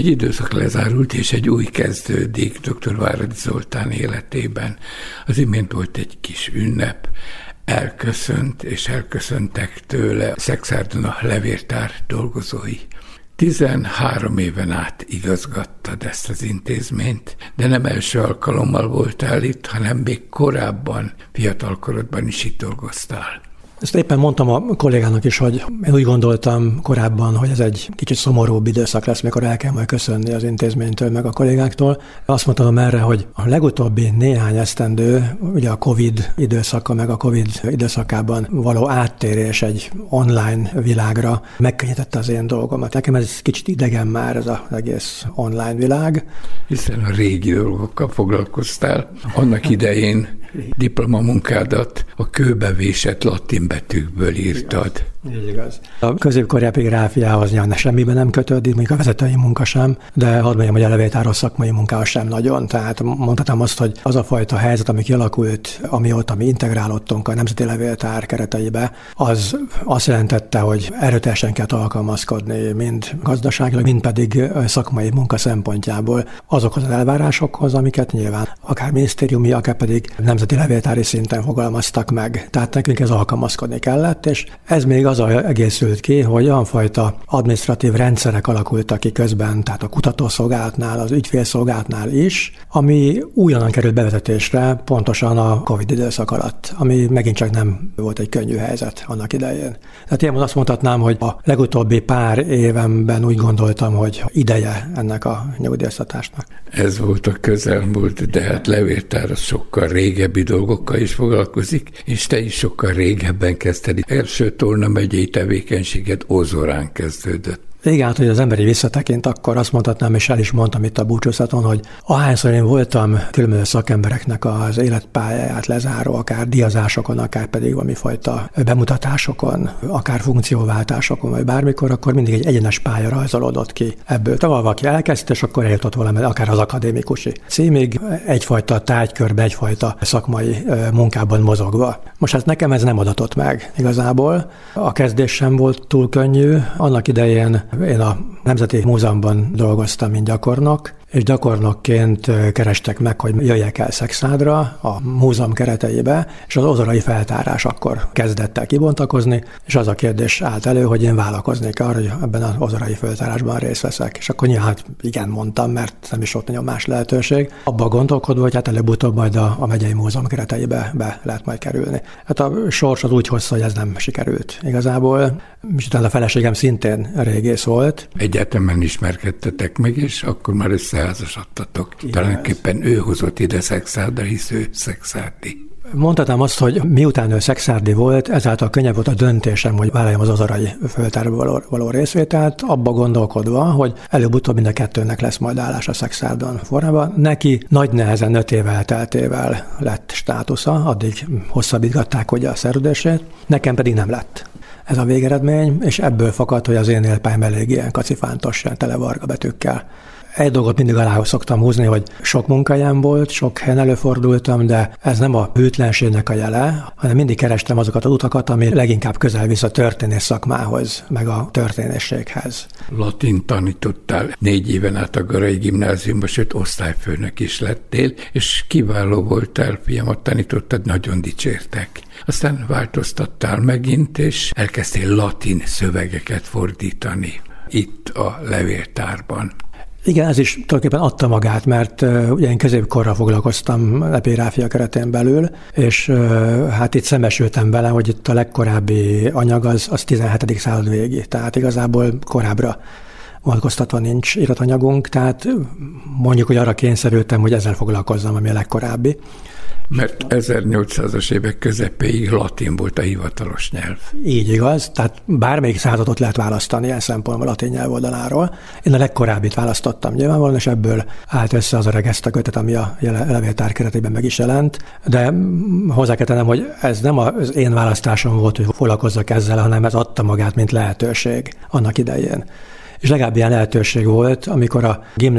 Egy időszak lezárult, és egy új kezdődik dr. Váradi Zoltán életében. Az imént volt egy kis ünnep, elköszönt, és elköszöntek tőle Szekszárden a levéltár dolgozói. 13 éven át igazgattad ezt az intézményt, de nem első alkalommal voltál itt, hanem még korábban, fiatalkorodban is itt dolgoztál. Ezt éppen mondtam a kollégának is, hogy én úgy gondoltam korábban, hogy ez egy kicsit szomorúbb időszak lesz, mikor el kell majd köszönni az intézménytől, meg a kollégáktól. Azt mondtam erre, hogy a legutóbbi néhány esztendő, ugye a Covid időszaka, meg a Covid időszakában való áttérés egy online világra megkönnyítette az én dolgomat. Nekem ez kicsit idegen már ez az egész online világ. Hiszen a régi dolgokkal foglalkoztál. Annak idején diplomamunkádat a kőbevésett latin betűkből írtad. Így igaz. A középkori epigráfiához semmiben nem kötődik, még a vezetői munka sem, de hadd mondjam, hogy a levéltáros szakmai munkához sem nagyon. Tehát mondhatnám azt, hogy az a fajta helyzet, ami kialakult, amióta mi integrálódtunk a Nemzeti Levéltár kereteibe, az azt jelentette, hogy erőteljesen kell alkalmazkodni mind gazdaságilag, mind pedig szakmai munka szempontjából azokhoz az elvárásokhoz, amiket nyilván akár minisztériumi, akár pedig nemzeti levéltári szinten fogalmaztak meg. Tehát nekünk ez alkalmazkodni kellett, és ez még az egészült ki, hogy olyan fajta adminisztratív rendszerek alakultak ki közben, tehát a kutatószolgálatnál, az ügyfélszolgálatnál is, ami újonnan került bevezetésre pontosan a Covid időszak alatt, ami megint csak nem volt egy könnyű helyzet annak idején. Tehát ilyen azt mondhatnám, hogy a legutóbbi pár évemben úgy gondoltam, hogy ideje ennek a nyugdíjaztatásnak. Ez volt a közelmúlt, de hát levéltár az sokkal régebbi dolgokkal is foglalkozik, és te is sokkal régebben kezdted. Első Tolna megyei tevékenységet Ozorán kezdődött. Igen, hát, hogy az emberi visszatekint, akkor azt mondhatnám, és el is mondtam itt a búcsúzaton, hogy ahányszor én voltam különböző szakembereknek az életpályáját lezáró, akár díjazásokon, akár pedig valamifajta bemutatásokon, akár funkcióváltásokon, vagy bármikor, akkor mindig egy egyenes pálya rajzolódott ki ebből. Tehát valaki elkezdte, és akkor eljutott valami, akár az akadémikusi címig, egyfajta tárgykörbe, egyfajta szakmai munkában mozogva. Most hát nekem ez nem adatott meg igazából. A kezdés sem volt túl könnyű. Annak idején én a Nemzeti Múzeumban dolgoztam, mint gyakornok, és gyakornokként kerestek meg, hogy jöjjek el Szekszádra a múzeum kereteibe, és az ozorai feltárás akkor kezdett el kibontakozni, és az a kérdés állt elő, hogy én vállalkoznék arra, hogy ebben az ozorai feltárásban részt veszek. És akkor nyilván igen mondtam, mert nem is volt nagyon más lehetőség. Abban gondolkodva, hogy hát előbb-utóbb majd a megyei múzeum kereteibe be lehet majd kerülni. Hát a sors az úgy hozta, hogy ez nem sikerült igazából. És utána a feleségem szintén régész volt. Egyetemen ismerkedtetek meg, és akkor már összeházasodtatok. Talánképpen ő hozott ide Szekszárdra, hisz ő szekszárdi. Mondhatnám azt, hogy miután ő szekszárdi volt, ezáltal könnyebb volt a döntésem, hogy vállaljam az ozorai föltárban való részvételt, abba gondolkodva, hogy előbb-utóbb mind a kettőnek lesz majd állása Szekszárdon formában. Neki nagy nehezen 5 év elteltével lett státusza, addig hosszabbítgatták ugye a szerződését, nekem pedig nem lett. Ez a végeredmény, és ebből fakad, hogy az én élpályám elég ilyen kacifántos, ilyen tele varga betűkkel. Egy dolgot mindig alá szoktam húzni, hogy sok munkahelyem volt, sok helyen előfordultam, de ez nem a hűtlenségnek a jele, hanem mindig kerestem azokat az utakat, ami leginkább közel visz a történész szakmához, meg a történészséghez. Latin tanítottál 4 éven át a Garai Gimnáziumban, sőt osztályfőnök is lettél, és kiváló voltál, fiamat tanítottad, nagyon dicsértek. Aztán változtattál megint, és elkezdtél latin szövegeket fordítani itt a levéltárban. Igen, ez is tulajdonképpen adta magát, mert ugye én középkorra foglalkoztam epigráfia keretén belül, és hát itt szembesültem vele, hogy itt a legkorábbi anyag az 17. század végi, tehát igazából korábbra vonatkoztatva nincs iratanyagunk, tehát mondjuk, hogy arra kényszerültem, hogy ezzel foglalkozzam, ami a legkorábbi. Mert 1800-as évek közepéig latin volt a hivatalos nyelv. Így igaz, tehát bármelyik századot lehet választani ilyen szempontból latin nyelv oldaláról. Én a legkorábbit választottam nyilvánvalóan, és ebből állt össze az a regisztrakötet, ami a levéltár keretében meg is jelent. De hozzá kell tennem, hogy ez nem az én választásom volt, hogy foglalkozzak ezzel, hanem ez adta magát, mint lehetőség annak idején. és legalább ilyen lehetőség volt, amikor a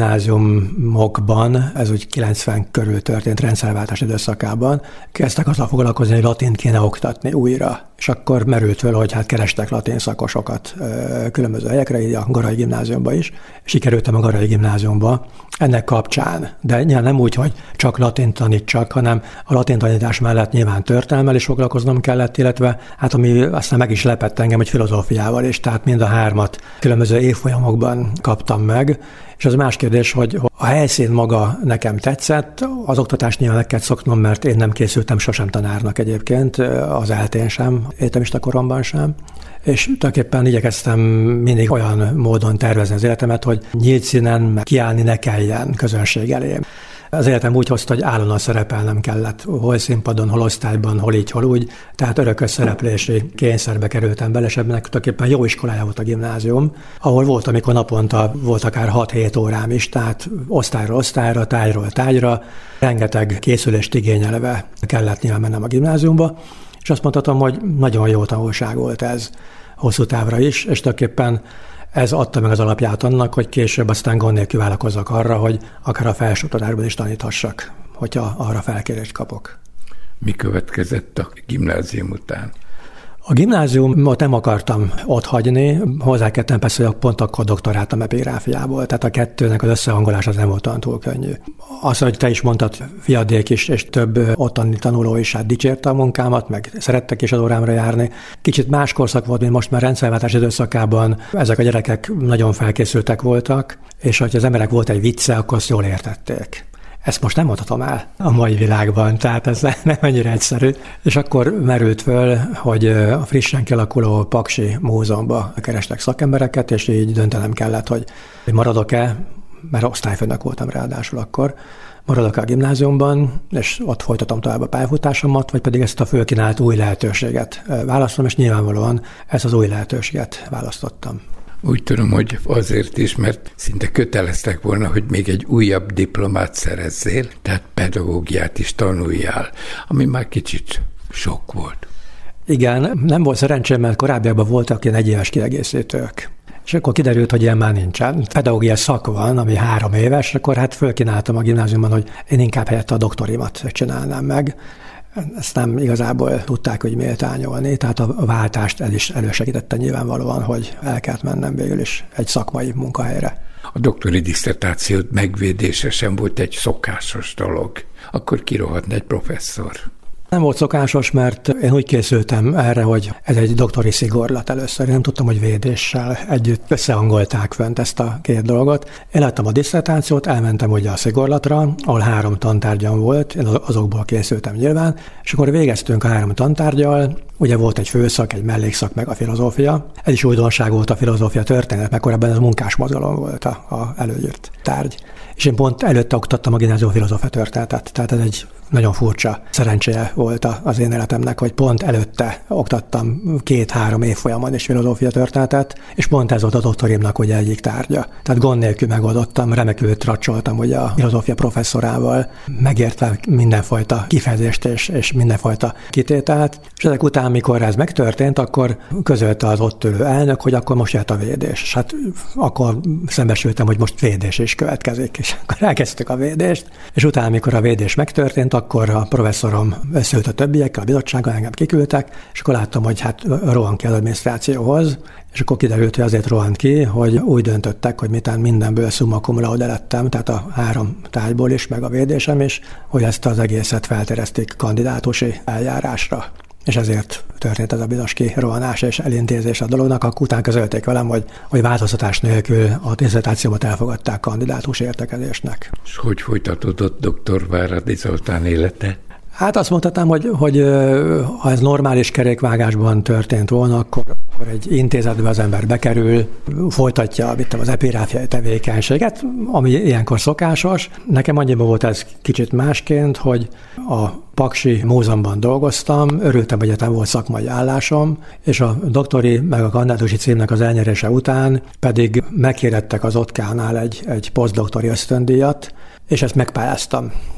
gimnáziumokban, ez úgy 90 körül történt rendszerváltás időszakában, kezdtek azzal foglalkozni, hogy latint kéne oktatni újra. És akkor merült föl, hogy hát kerestek latin szakosokat különböző helyekre, így a Garai gimnáziumba is. Sikerültem a Garai gimnáziumba ennek kapcsán. De nyilván nem úgy, hogy csak latin tanítsak, hanem a latin tanítás mellett nyilván történelemmel is foglalkoznom kellett, illetve hát ami aztán meg is lepett engem, hogy filozófiával is, tehát mind a hármat különböző évfolyamokban kaptam meg. És az más kérdés, hogy a helyszín maga nekem tetszett, az oktatást nyilván meg kell szoknom, mert én nem készültem sosem tanárnak egyébként, az eltén sem, egyetemista koromban sem. És tulajdonképpen igyekeztem mindig olyan módon tervezni az életemet, hogy nyílt színen kiállni ne kelljen közönség elé. Az életem úgy hozta, hogy állandóan szerepelnem kellett, hol színpadon, hol osztályban, hol így, hol úgy. Tehát örökös szereplési kényszerbe kerültem bele, és ebben tulajdonképpen jó iskolája volt a gimnázium, ahol volt, amikor naponta volt akár 6-7 órám is, tehát osztályról osztályra, tárgyról tárgyra, rengeteg készülést igényelve kellett nyilván mennem a gimnáziumba, és azt mondhatom, hogy nagyon jó tanulság volt ez hosszú távra is, és tulajdonképpen ez adta meg az alapját annak, hogy később aztán gond nélkül vállalkozzak arra, hogy akár a felsőoktatásban is taníthassak, hogyha arra felkérést kapok. Mi következett a gimnázium után? A gimnáziumot nem akartam otthagyni, hozzáteszem persze, hogy pont akkor doktoráltam epigráfiából, tehát a kettőnek az összehangolás az nem volt olyan túl könnyű. Azt, hogy te is mondtad, fiadék is, és több ottani tanuló is hát dicsérte a munkámat, meg szerettek is az órámra járni. Kicsit más korszak volt, mint most már rendszerváltás időszakában. Ezek a gyerekek nagyon felkészültek voltak, és hogyha az emberek volt egy vicce, akkor azt jól értették. Ezt most nem mondhatom el a mai világban, tehát ez nem annyira egyszerű. És akkor merült föl, hogy a frissen kialakuló Paksi Múzeumban kerestek szakembereket, és így döntenem kellett, hogy maradok-e, mert osztályfőnök voltam ráadásul akkor, maradok a gimnáziumban, és ott folytatom tovább a pályafutásomat, vagy pedig ezt a fölkínált új lehetőséget választom, és nyilvánvalóan ezt az új lehetőséget választottam. Úgy tudom, hogy azért is, mert szinte köteleztek volna, hogy még egy újabb diplomát szerezzél, tehát pedagógiát is tanuljál, ami már kicsit sok volt. Igen, nem volt szerencsém, mert korábbiakban voltak ilyen egyéves kiegészítők. És akkor kiderült, hogy ilyen már nincsen. Pedagógiai szak van, ami 3 éves, akkor hát fölkínáltam a gimnáziumban, hogy én inkább helyette a doktorimat csinálnám meg. Ezt nem igazából tudták, hogy méltányolni, tehát a váltást ez is elősegítette nyilvánvalóan, hogy el kellett mennem végül is egy szakmai munkahelyre. A doktori disszertációt megvédése sem volt egy szokásos dolog. Akkor kirohatna egy professzor. Nem volt szokásos, mert én úgy készültem erre, hogy ez egy doktori szigorlat először. Én nem tudtam, hogy védéssel együtt összehangolták fönt ezt a két dolgot. Én láttam a disszertációt, elmentem ugye a szigorlatra, ahol 3 tantárgyam volt, én azokból készültem nyilván, és akkor végeztünk a 3 tantárgyal. Ugye volt egy főszak, egy mellékszak, meg a filozófia. Ez is újdonság volt a filozófia történet, mert korábban ez a munkásmozgalom volt a előírt tárgy. És én pont előtte oktattam a gimnázium filozófia történetet, tehát ez egy nagyon furcsa szerencséje volt az én életemnek, hogy pont előtte oktattam 2-3 évfolyamon is filozófia történetet, és pont ez volt a doktorimnak ugye egyik tárgya. Tehát gond nélkül megoldottam, remekül tracsoltam ugye a filozófia professzorával, megértve mindenfajta kifejezést és mindenfajta kitételt, és ezek után, mikor ez megtörtént, akkor közölte az ott ülő elnök, hogy akkor most jött a védés. És hát akkor szembesültem, hogy most védés is következik, és akkor elkezdtük a védést, és utána, amikor a védés megtörtént, akkor a professzorom összeült a többiekkel, a bizottsággal, engem kiküldtek, és akkor láttam, hogy hát rohan ki az adminisztrációhoz, és akkor kiderült, hogy azért rohant ki, hogy úgy döntöttek, hogy miután mindenből summa cum laude lettem, tehát a 3 tárgyból is, meg a védésem is, hogy ezt az egészet felterezték kandidátusi eljárásra. És ezért történt ez a bizonyos kirohanás és elintézés a dolognak, akkor után közölték velem, hogy változtatás nélkül a diszertációmat elfogadták kandidátus értekezésnek. És hogy folytatódott dr. Váradi Zoltán élete? Hát azt mondhatnám, hogy ha ez normális kerékvágásban történt volna, akkor egy intézetbe az ember bekerül, folytatja az epigráfiai tevékenységet, ami ilyenkor szokásos. Nekem annyiban volt ez kicsit másként, hogy a Paksi Múzeumban dolgoztam, örültem, hogy egyetem volt szakmai állásom, és a doktori meg a kandidátusi címnek az elnyerése után pedig meghirdettek az OTK-nál egy posztdoktori ösztöndíjat, és ezt megpályáztam.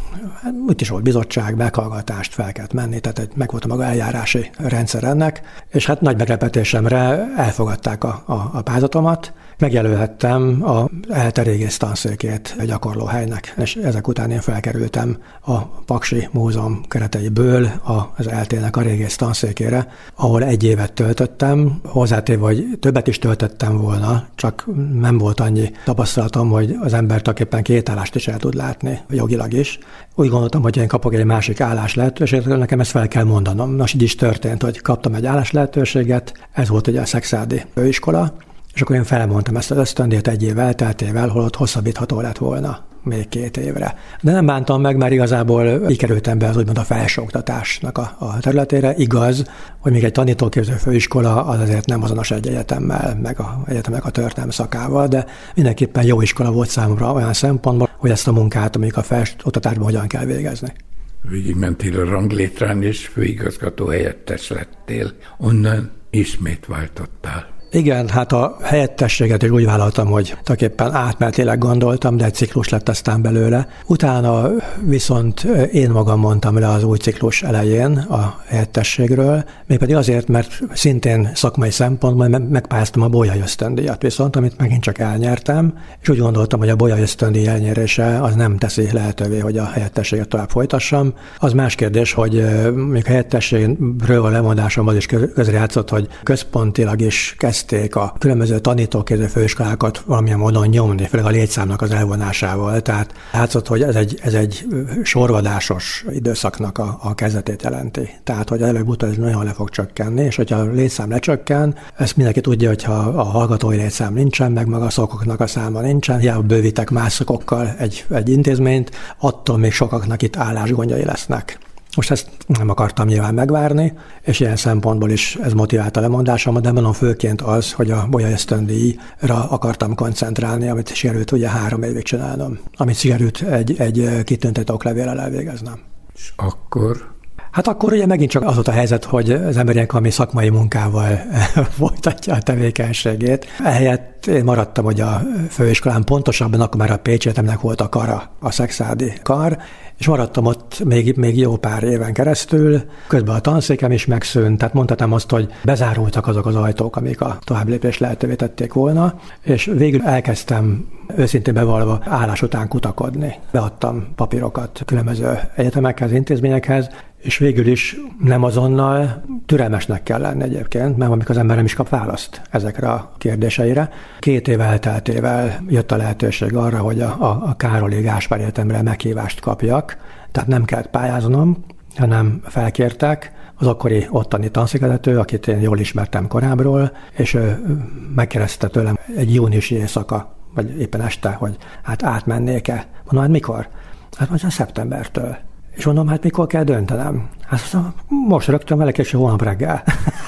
Itt is volt bizottság, meghallgatást, fel kellett menni, tehát meg volt a maga eljárási rendszer ennek, és hát nagy meglepetésemre elfogadták a pályázatomat, megjelölhettem a ELTE régész tanszékét a gyakorlóhelynek, és ezek után én felkerültem a Paksi Múzeum kereteiből az ELTE-nek a régész tanszékére, ahol 1 évet töltöttem, hozzátéve, hogy többet is töltöttem volna, csak nem volt annyi tapasztalatom, hogy az ember tulajdonképpen 2 állást is el tud látni, jogilag is. Úgy gondoltam, hogy én kapok egy másik állás lehetőséget, nekem ezt fel kell mondanom. Nos, így is történt, hogy kaptam egy állás lehetőséget, ez volt ugye a Szekszárdi főiskola, és akkor én felmondtam ezt az ösztöndíjat 1 év elteltével, holott hosszabbítható lett volna még 2 évre. De nem bántam meg, mert igazából így kerültem be az úgymond a felsőoktatásnak a területére. Igaz, hogy még egy tanítóképző főiskola az azért nem azonos egy egyetemmel, meg a egyetemnek a történelmi szakával, de mindenképpen jó iskola volt számomra olyan szempontból, hogy ezt a munkát, amik a felsőoktatásban hogyan kell végezni. Végigmentél a ranglétrán, és főigazgató helyettes lettél. Onnan ismét váltottál. Igen, hát a helyettességet is úgy vállaltam, hogy tulajdonképpen átmenetileg gondoltam, de egy ciklus lett aztán belőle. Utána viszont én magam mondtam le az új ciklus elején a helyettességről, mégpedig azért, mert szintén szakmai szempontból megpályáztam a Bolyai ösztöndíjat viszont, amit megint csak elnyertem, és úgy gondoltam, hogy a Bolyai ösztöndíj elnyerése az nem teszi lehetővé, hogy a helyettességet tovább folytassam. Az más kérdés, hogy még a helyettességről a lemondásom az is közrejátszott, hogy központilag is kezdték a különböző tanítóképző főiskolákat valamilyen módon nyomni, főleg a létszámnak az elvonásával. Tehát látszott, hogy ez egy sorvadásos időszaknak a kezdetét jelenti. Tehát, hogy előbb-utóbb ez nagyon le fog csökkenni, és hogyha a létszám lecsökken, ezt mindenki tudja, hogyha a hallgatói létszám nincsen, meg maga a szakoknak a száma nincsen, hiába bővítek más szakokkal egy intézményt, attól még sokaknak itt állásgondjai lesznek. Most ezt nem akartam nyilván megvárni, és ilyen szempontból is ez motiválta a lemondásomat, de mondom főként az, hogy a Bolyai ösztöndíjra akartam koncentrálni, amit sikerült ugye 3 évig csinálnom, amit sikerült egy kitüntető oklevéllel elvégeznem. És akkor? Hát akkor ugye megint csak az volt a helyzet, hogy az ember ilyenkor ami szakmai munkával folytatja a tevékenységét. Ehelyett én maradtam, hogy a főiskolán pontosabban akkor már a Pécsi Egyetemnek volt a kara, a szekszárdi kar, és maradtam ott még jó pár éven keresztül, közben a tanszékem is megszűnt, tehát mondhatnám azt, hogy bezárultak azok az ajtók, amik a továbblépést lehetővé tették volna, és végül elkezdtem őszintén bevallva állás után kutakodni. Beadtam papírokat különböző egyetemekhez, intézményekhez, és végül is nem azonnal, türelmesnek kell lenni egyébként, mert amikor az ember nem is kap választ ezekre a kérdéseire. 2 év elteltével jött a lehetőség arra, hogy a Károli Gáspár Egyetemre meghívást kapjak, tehát nem kellett pályáznom, hanem felkértek az akkori ottani tanszékvezető, akit én jól ismertem korábbról, és ő megkérdezte tőlem egy júniusi éjszaka, vagy éppen este, hogy hát átmennék-e. Mondom, hát mikor? Hát mondja, szeptembertől. És mondom, hát mikor kell döntenem? Hát mondom, most rögtön vele késő holnap reggel.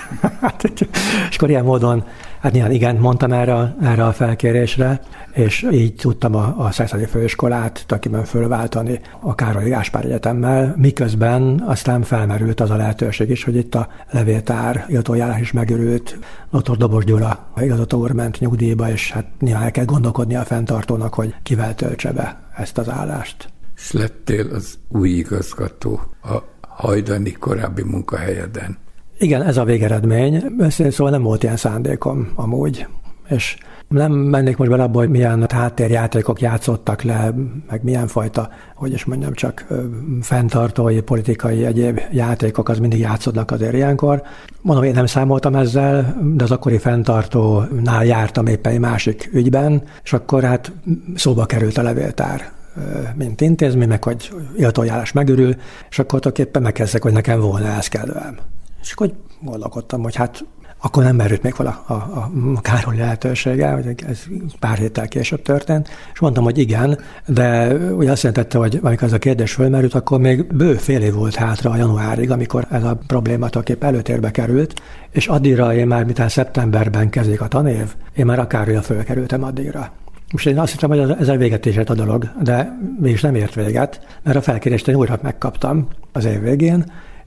És akkor ilyen módon, hát nyilván igent mondtam erre a felkérésre, és így tudtam a Szekszárdi főiskolát tulajdonképpen fölváltani a Károly Gáspár Egyetemmel, miközben aztán felmerült az a lehetőség is, hogy itt a levéltár igazgatójárás is megörült. Dr. Dobos Gyula igazgató úr ment nyugdíjba, és hát nyilván el kell gondolkodni a fenntartónak, hogy kivel töltse be ezt az állást. És lettél az új igazgató a hajdani korábbi munkahelyeden. Igen, ez a végeredmény. Szóval nem volt ilyen szándékom amúgy. És nem mennék most bele abba, hogy milyen háttérjátékok játszottak le, meg milyen fajta, hogy is mondjam, csak fenntartói, politikai, egyéb játékok az mindig játszódnak azért ilyenkor. Mondom, én nem számoltam ezzel, de az akkori fenntartónál jártam éppen egy másik ügyben, és akkor hát szóba került a levéltár, mint intézmény, meg hogy igazgatójárás megörül, és akkor tulajdonképpen megkezdtek, hogy nekem volna ez kedvem. És akkor gondolkodtam, hogy hát akkor nem merült még fel a Károly lehetősége, hogy ez pár héttel később történt, és mondtam, hogy igen, de ugye azt jelentette, hogy amikor ez a kérdés fölmerült, akkor még bő fél év volt hátra a januárig, amikor ez a probléma tulajdonképpen előtérbe került, és addigra én már, miután szeptemberben kezdik a tanév, én már a Károlyra fölkerültem addigra. Most én azt hittem, hogy ezzel véget is ért a dolog, de mégis nem ért véget, mert a felkérést én újra megkaptam az év végén,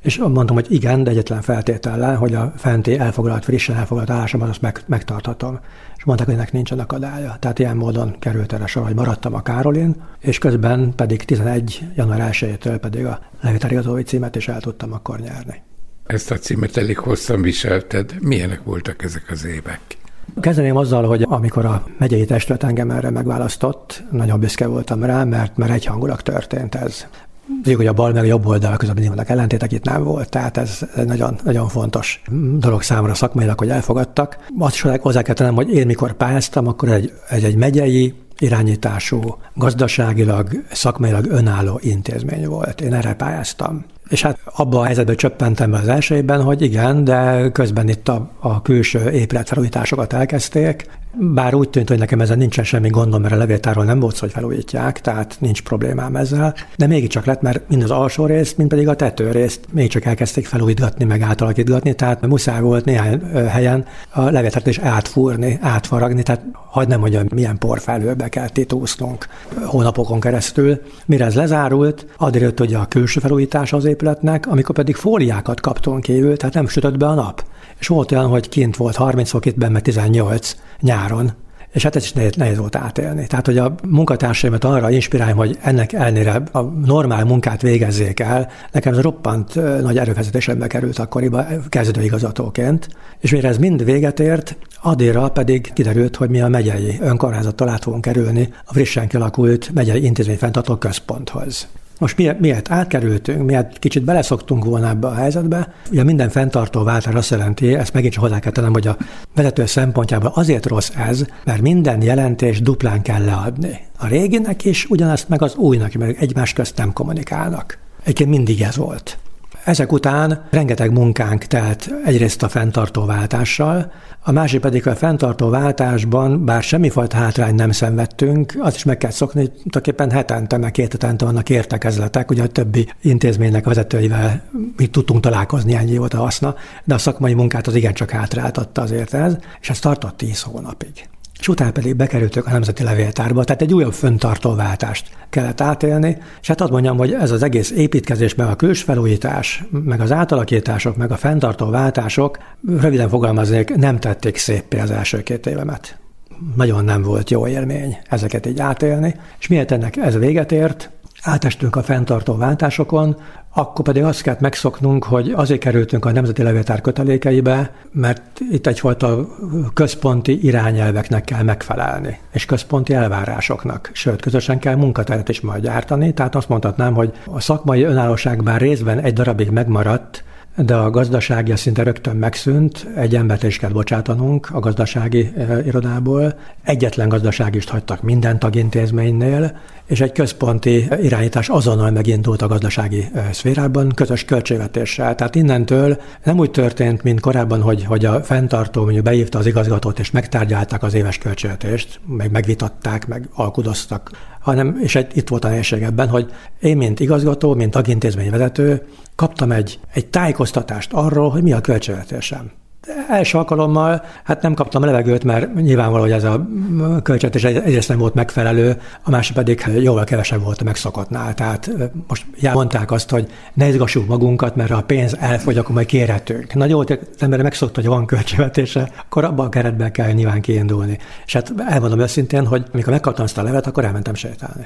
És mondtam, hogy igen, de egyetlen feltétellel, hogy a fenti frissen elfoglalt állásomat azt megtarthatom. És mondták, hogy ennek nincsen akadálya. Tehát ilyen módon került erre sor, hogy maradtam a Károlin, és közben pedig 11. január 1-től pedig a levéltárigazgatói címet is el tudtam akkor nyerni. Ezt a címet elég hosszan viselted. Milyenek voltak ezek az évek? Kezdeném azzal, hogy amikor a megyei testület engem erre megválasztott, nagyon büszke voltam rá, mert egyhangulag történt ez. Tudjuk, hogy a bal meg a jobb oldal között mindig vannak ellentétek, itt nem volt, tehát ez nagyon, nagyon fontos dolog számomra szakmailag, hogy elfogadtak. Azt is hozzá kell tennem, hogy én mikor pályáztam, akkor egy megyei irányítású, gazdaságilag, szakmailag önálló intézmény volt. Én erre pályáztam. És hát abban a helyzetben csöppentem be az első évben, hogy igen, de közben itt a külső épületfelújításokat elkezdték, bár úgy tűnt, hogy nekem ezzel nincsen semmi gondom, mert a levéltárról nem volt szó, hogy felújítják, tehát nincs problémám ezzel, de mégiscsak lett, mert mind az alsó részt, mind pedig a tetőrészt mégiscsak elkezdték felújítgatni, meg átalakítgatni, tehát muszáj volt néhány helyen a levéltárt is átfúrni, átfaragni, tehát hagyd nem mondjam, milyen porfelhőbe kell titúsznunk hónapokon keresztül. Mire ez lezárult, addig jött ugye a külső felújítás az épületnek, amikor pedig fóliákat kaptunk kívül, tehát nem sütött be a nap. És volt olyan, hogy kint volt 30 fok, itt benne 18 nyáron, és hát ez is nehéz volt átélni. Tehát, hogy a munkatársaimat arra inspiráljam, hogy ennek ellenére a normál munkát végezzék el, nekem ez roppant nagy erőfeszítésembe került akkoriban kezdőigazgatóként, és mire ez mind véget ért, addigra pedig kiderült, hogy mi a megyei önkormányzattal át fogunk kerülni a frissen kialakult megyei intézményfenntartó központhoz. Most miért átkerültünk, miért kicsit beleszoktunk volna ebbe a helyzetbe, ugye minden fenntartó váltás azt jelenti, ezt megint csak hozzá kell tennem, hogy a vezető szempontjából azért rossz ez, mert minden jelentés duplán kell leadni. A réginek is, ugyanazt meg az újnak, mert egymás közt nem kommunikálnak. Egyébként mindig ez volt. Ezek után rengeteg munkánk telt egyrészt a fenntartóváltással, a másik pedig a fenntartóváltásban, bár semmifajta hátrány nem szenvedtünk, azt is meg kell szokni, hogy tulajdonképpen hetente, meg 2 hetente vannak értekezletek, ugye a többi intézménynek a vezetőivel mi tudtunk találkozni, ennyi volt a haszna, de a szakmai munkát az igencsak hátráltatta azért ez, és ez tartott 10 hónapig. És utána pedig bekerültük a Nemzeti Levéltárba, tehát egy újabb fenntartóváltást kellett átélni, és hát azt mondjam, hogy ez az egész építkezés, meg a külső felújítás, meg az átalakítások, meg a fenntartóváltások, röviden fogalmaznék, nem tették széppé az első 2 évemet. Nagyon nem volt jó élmény ezeket így átélni, és miért ennek ez véget ért, átestünk a fenntartóváltásokon, akkor pedig azt kellett megszoknunk, hogy azért kerültünk a Nemzeti Levéltár kötelékeibe, mert itt egyfajta központi irányelveknek kell megfelelni, és központi elvárásoknak, sőt, közösen kell munkateret is majd gyártani, tehát azt mondhatnám, hogy a szakmai önállóság bár részben egy darabig megmaradt, de a gazdasági szinte rögtön megszűnt, egy embert is kell bocsátanunk a gazdasági irodából, egyetlen gazdaságist hagytak minden tagintézménynél, és egy központi irányítás azonnal megindult a gazdasági szférában, közös költségvetéssel. Tehát innentől nem úgy történt, mint korábban, hogy a fenntartó mondjuk beívta az igazgatót, és megtárgyálták az éves költségvetést, meg megvitatták, meg alkudoztak, hanem, és itt volt a nehézség ebben, hogy én, mint igazgató, mint tagintézményvezető, kaptam egy tájékoztatást arról, hogy mi a költségvetésem. Első alkalommal hát nem kaptam levegőt, mert nyilvánvaló, hogy ez a költségvetés egyrészt nem volt megfelelő, a másik pedig jóval kevesebb volt a megszokottnál. Tehát most mondták azt, hogy ne izgassuk magunkat, mert ha a pénz elfogy, akkor majd kérhetünk. Nagy volt, az ember megszokta, hogy van költségvetése, akkor abban a keretben kell nyilván kiindulni. És hát elmondom őszintén, hogy amikor megkaptam azt a levet, akkor elmentem sétálni.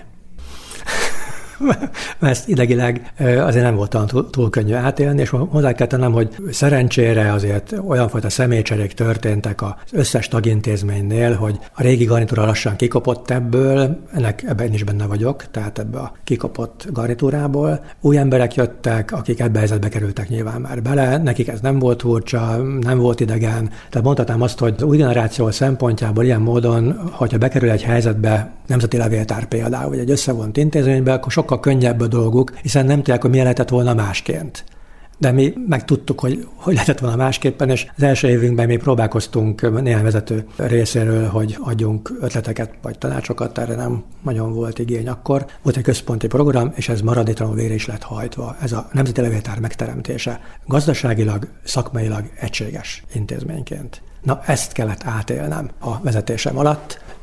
Mert ezt idegileg azért nem volt túl könnyű átélni, és hozzá kell tennem, hogy szerencsére azért olyanfajta személycserék történtek az összes tagintézménynél, hogy a régi garnitúra lassan kikopott ebből, ebben is benne vagyok, tehát ebbe a kikopott garnitúrából. Új emberek jöttek, akik ebbe a helyzetbe kerültek nyilván már bele, nekik ez nem volt furcsa, nem volt idegen. Tehát mondhatnám azt, hogy az új generáció szempontjából ilyen módon, hogyha bekerül egy helyzetbe, Nemzeti Levéltár például, vagy egy összevont intézménybe, akkor sokkal könnyebb a dolguk, hiszen nem tudják, hogy mi lehetett volna másként. De mi meg tudtuk, hogy lehetett volna másképpen, és az első évünkben mi próbálkoztunk néhány vezető részéről, hogy adjunk ötleteket vagy tanácsokat, erre nem nagyon volt igény akkor. Volt egy központi program, és ez maradéktalanul végre is lett hajtva. Ez a Nemzeti Levéltár megteremtése gazdaságilag, szakmailag egységes intézményként. Na, ezt kellett átélnem a vezetésem alatt.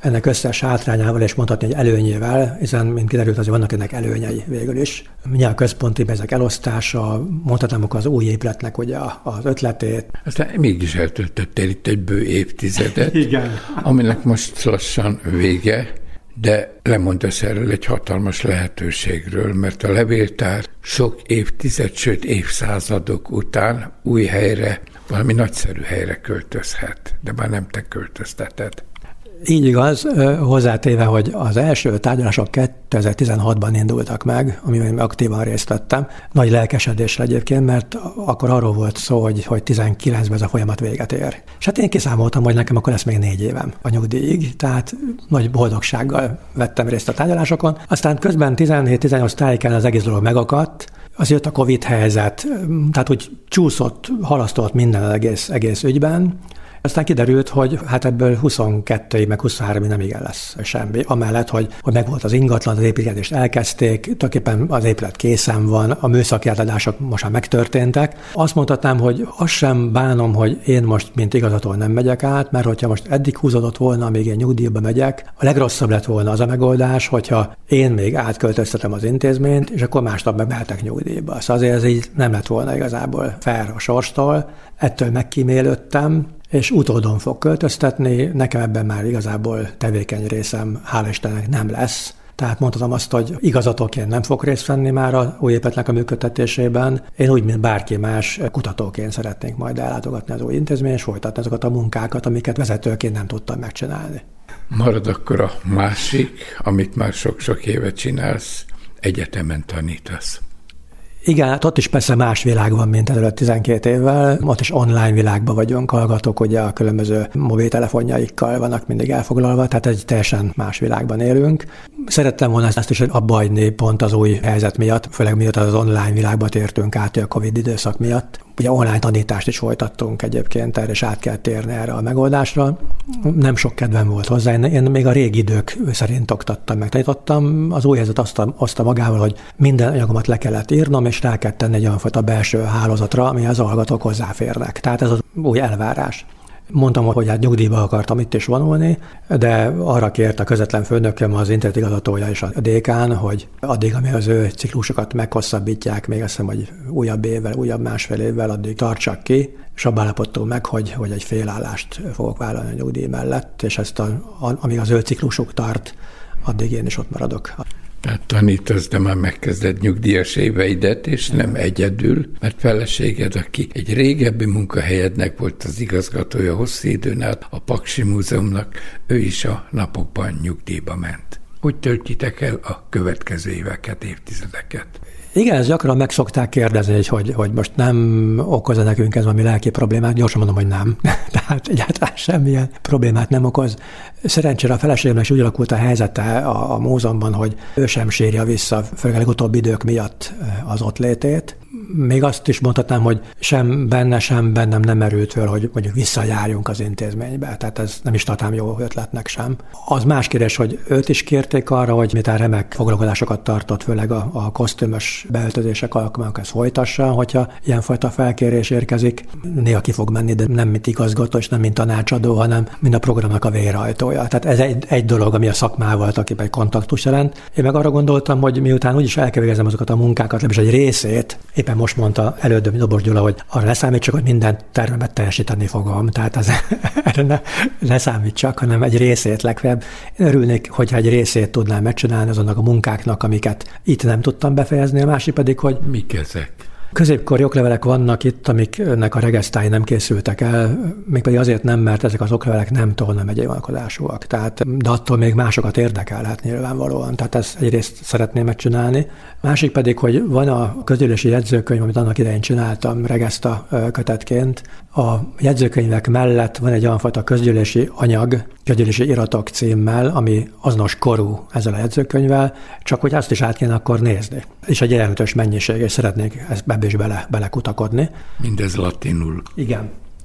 ennek összes hátrányával, és mondhatni, hogy előnyével, hiszen, mint kiderült, azért vannak ennek előnyei végül is. Mindjárt a központi ezek elosztása, mondhatnám akkor az új épületnek ugye az ötletét. Aztán mégis eltöltöttél itt egy bő évtizedet, Igen. Aminek most lassan vége, de lemondasz erről egy hatalmas lehetőségről, mert a levéltár sok évtized, sőt évszázadok után új helyre, valami nagyszerű helyre költözhet, de már nem te költözteted. Így igaz, hozzátéve, hogy az első tárgyalások 2016-ban indultak meg, amiben én aktívan részt vettem. Nagy lelkesedésre egyébként, mert akkor arról volt szó, hogy 19-ben ez a folyamat véget ér. És hát én kiszámoltam, hogy nekem akkor lesz még 4 évem a nyugdíjig, tehát nagy boldogsággal vettem részt a tárgyalásokon. Aztán közben 17-18 tájékán az egész dolog megakadt, az jött a Covid helyzet, tehát úgy csúszott, halasztott minden az egész ügyben. Aztán kiderült, hogy hát ebből 22-ig, meg 23-ig nem igen lesz semmi. Amellett, hogy megvolt az ingatlan, az építkezést elkezdték, tulajdonképpen az épület készen van, a műszaki átadások most már megtörténtek. Azt mondhatnám, hogy azt sem bánom, hogy én most, mint igazgató nem megyek át, mert hogyha most eddig húzódott volna, amíg én nyugdíjba megyek, a legrosszabb lett volna az a megoldás, hogyha én még átköltöztetem az intézményt, és akkor másnap meg mehetek nyugdíjba. Szóval azért ez így nem lett volna igazából fair a sorstól. Ettől megkímélődtem, és utódon fog költöztetni, nekem ebben már igazából tevékeny részem, hála Istennek nem lesz. Tehát mondhatom azt, hogy igazgatóként nem fog részt venni már a új épületnek a működtetésében. Én úgy, mint bárki más, kutatóként szeretnék majd ellátogatni az új intézmény, és folytatni azokat a munkákat, amiket vezetőként nem tudtam megcsinálni. Marad akkor a másik, amit már sok-sok éve csinálsz, egyetemen tanítasz. Igen, hát ott is persze más világ van, mint előtt 12 évvel. Ott is online világban vagyunk, hallgatók ugye a különböző mobiltelefonjaikkal vannak mindig elfoglalva, tehát egy teljesen más világban élünk. Szerettem volna ezt is abba hagyni pont az új helyzet miatt, főleg miatt az online világba tértünk át a Covid időszak miatt. Ugye online tanítást is folytattunk egyébként, erre is át kell térni erre a megoldásra. Nem sok kedvem volt hozzá, én még a régi idők szerint oktattam, megtanítottam. Az új helyzet azt magával, hogy minden anyagomat le kellett írnom, és rá kell tenni egy olyanfajta belső hálózatra, ami az hallgatók hozzáférnek. Tehát ez az új elvárás. Mondtam, hogy hát nyugdíjba akartam itt is vonulni, de arra kért a közvetlen főnököm, az intézet igazgatója és a dékán, hogy addig, amíg az ő ciklusokat meghosszabbítják, még azt hiszem, hogy újabb másfél évvel, addig tartsak ki, és abban állapodtunk meg, hogy egy félállást fogok vállalni a nyugdíj mellett, és ezt amíg az ő ciklusuk tart, addig én is ott maradok. Tehát tanítasz, de már megkezded nyugdíjas éveidet, és nem egyedül, mert feleséged, aki egy régebbi munkahelyednek volt az igazgatója hosszú időn át a Paksi Múzeumnak, ő is a napokban nyugdíjba ment. Hogy töltitek el a következő éveket, évtizedeket? Igen, ezt gyakran meg szokták kérdezni, hogy most nem okoz nekünk ez valami lelki problémát. Gyorsan mondom, hogy nem. Tehát egyáltalán semmilyen problémát nem okoz. Szerencsére a feleségemnek is úgy alakult a helyzete a múzeumban, hogy ő sem sírja vissza, főleg a legutóbbi idők miatt az ott létét. Még azt is mondhatnám, hogy sem bennem nem merült föl, hogy mondjuk visszajárjunk az intézménybe. Tehát ez nem is tartám jó ötletnek sem. Az más kérdés, hogy őt is kérték arra, hogy miután remek foglalkozásokat tartott, főleg a kosztümös beöltözések alkalmával ezt folytassa, hogyha ilyenfajta felkérés érkezik. Néha ki fog menni, de nem mint igazgató, és nem mint tanácsadó, hanem mint a programnak a végrehajtója. Tehát ez egy dolog, ami a szakmával egy kontaktus jelent. Én meg arra gondoltam, hogy miután úgyis el kell végeznem azokat a munkákat, legalábbis egy részét, éppen most mondta elődöm Dobos Gyula, hogy arra ne számítsak, hogy minden tervemet teljesíteni fogom. Tehát erre ne számítsak, hanem egy részét legfeljebb. Én örülnék, hogyha egy részét tudnám megcsinálni azonnak a munkáknak, amiket itt nem tudtam befejezni, a másik pedig, hogy mik ezek? Középkori oklevelek vannak itt, amiknek a regesztái nem készültek el, mégpedig azért nem, mert ezek az oklevelek nem Tolna megyei vonatkozásúak. De attól még másokat érdekelhet nyilvánvalóan. Tehát ezt egyrészt szeretném megcsinálni. Másik pedig, hogy van a közgyűlési jegyzőkönyv, amit annak idején csináltam regeszta kötetként. A jegyzőkönyvek mellett van egy olyan fajta közgyűlési anyag, közgyűlési iratok címmel, ami azonos korú ezzel a jegyzőkönyvvel, csak hogy azt is át kéne akkor nézni. És egy jelentős mennyiség, és szeretnék ebbe is belekutakodni. Mindez latinul. Igen.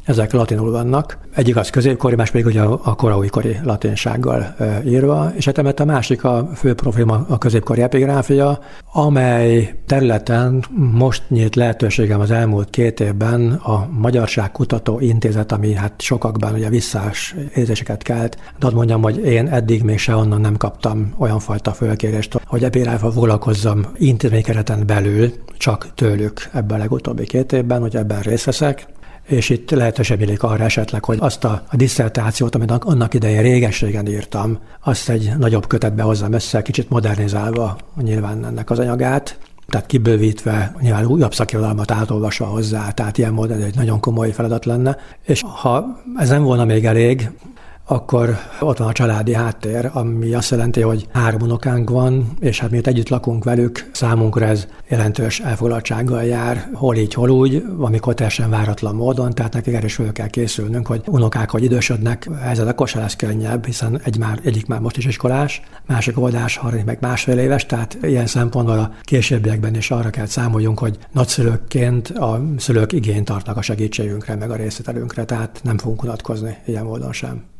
ezek latinul vannak. Egyik az középkori, más pedig ugye a koraújkori latinsággal írva, és hát a másik a fő profilm a középkori epigráfia, amely területen most nyílt lehetőségem az elmúlt 2 évben a Magyarságkutató Intézet, ami hát sokakban ugye visszás érzéseket kelt, de azt mondjam, hogy én eddig még se onnan nem kaptam olyan fajta fölkérést, hogy epigráfiával foglalkozzam intézménykereten belül, csak tőlük ebben a legutóbbi 2 évben, hogy ebben részt veszek. És itt lehetőség nyílik arra esetleg, hogy azt a diszertációt, amit annak idején régességen írtam, azt egy nagyobb kötetbe hozzam össze, kicsit modernizálva nyilván ennek az anyagát, tehát kibővítve, nyilván újabb szakirodalmat átolvasva hozzá, tehát ilyen módon ez egy nagyon komoly feladat lenne. És ha ez nem volna még elég, akkor ott van a családi háttér, ami azt jelenti, hogy 3 unokánk van, és hát miért együtt lakunk velük, számunkra ez jelentős elfoglaltsággal jár, hol így, hol úgy, amikor teljesen váratlan módon, tehát nekik erre is föl kell készülnünk, hogy unokák, hogy idősödnek, ez akkor se lesz könnyebb, hiszen egyik már most is iskolás, másik oldás, harmadik meg másfél éves, tehát ilyen szempontból a későbbiekben is arra kell számoljunk, hogy nagyszülőkként a szülők igényt tartnak a segítségünkre, meg a részvételünkre, tehát nem fogunk unatkozni ilyen módon sem.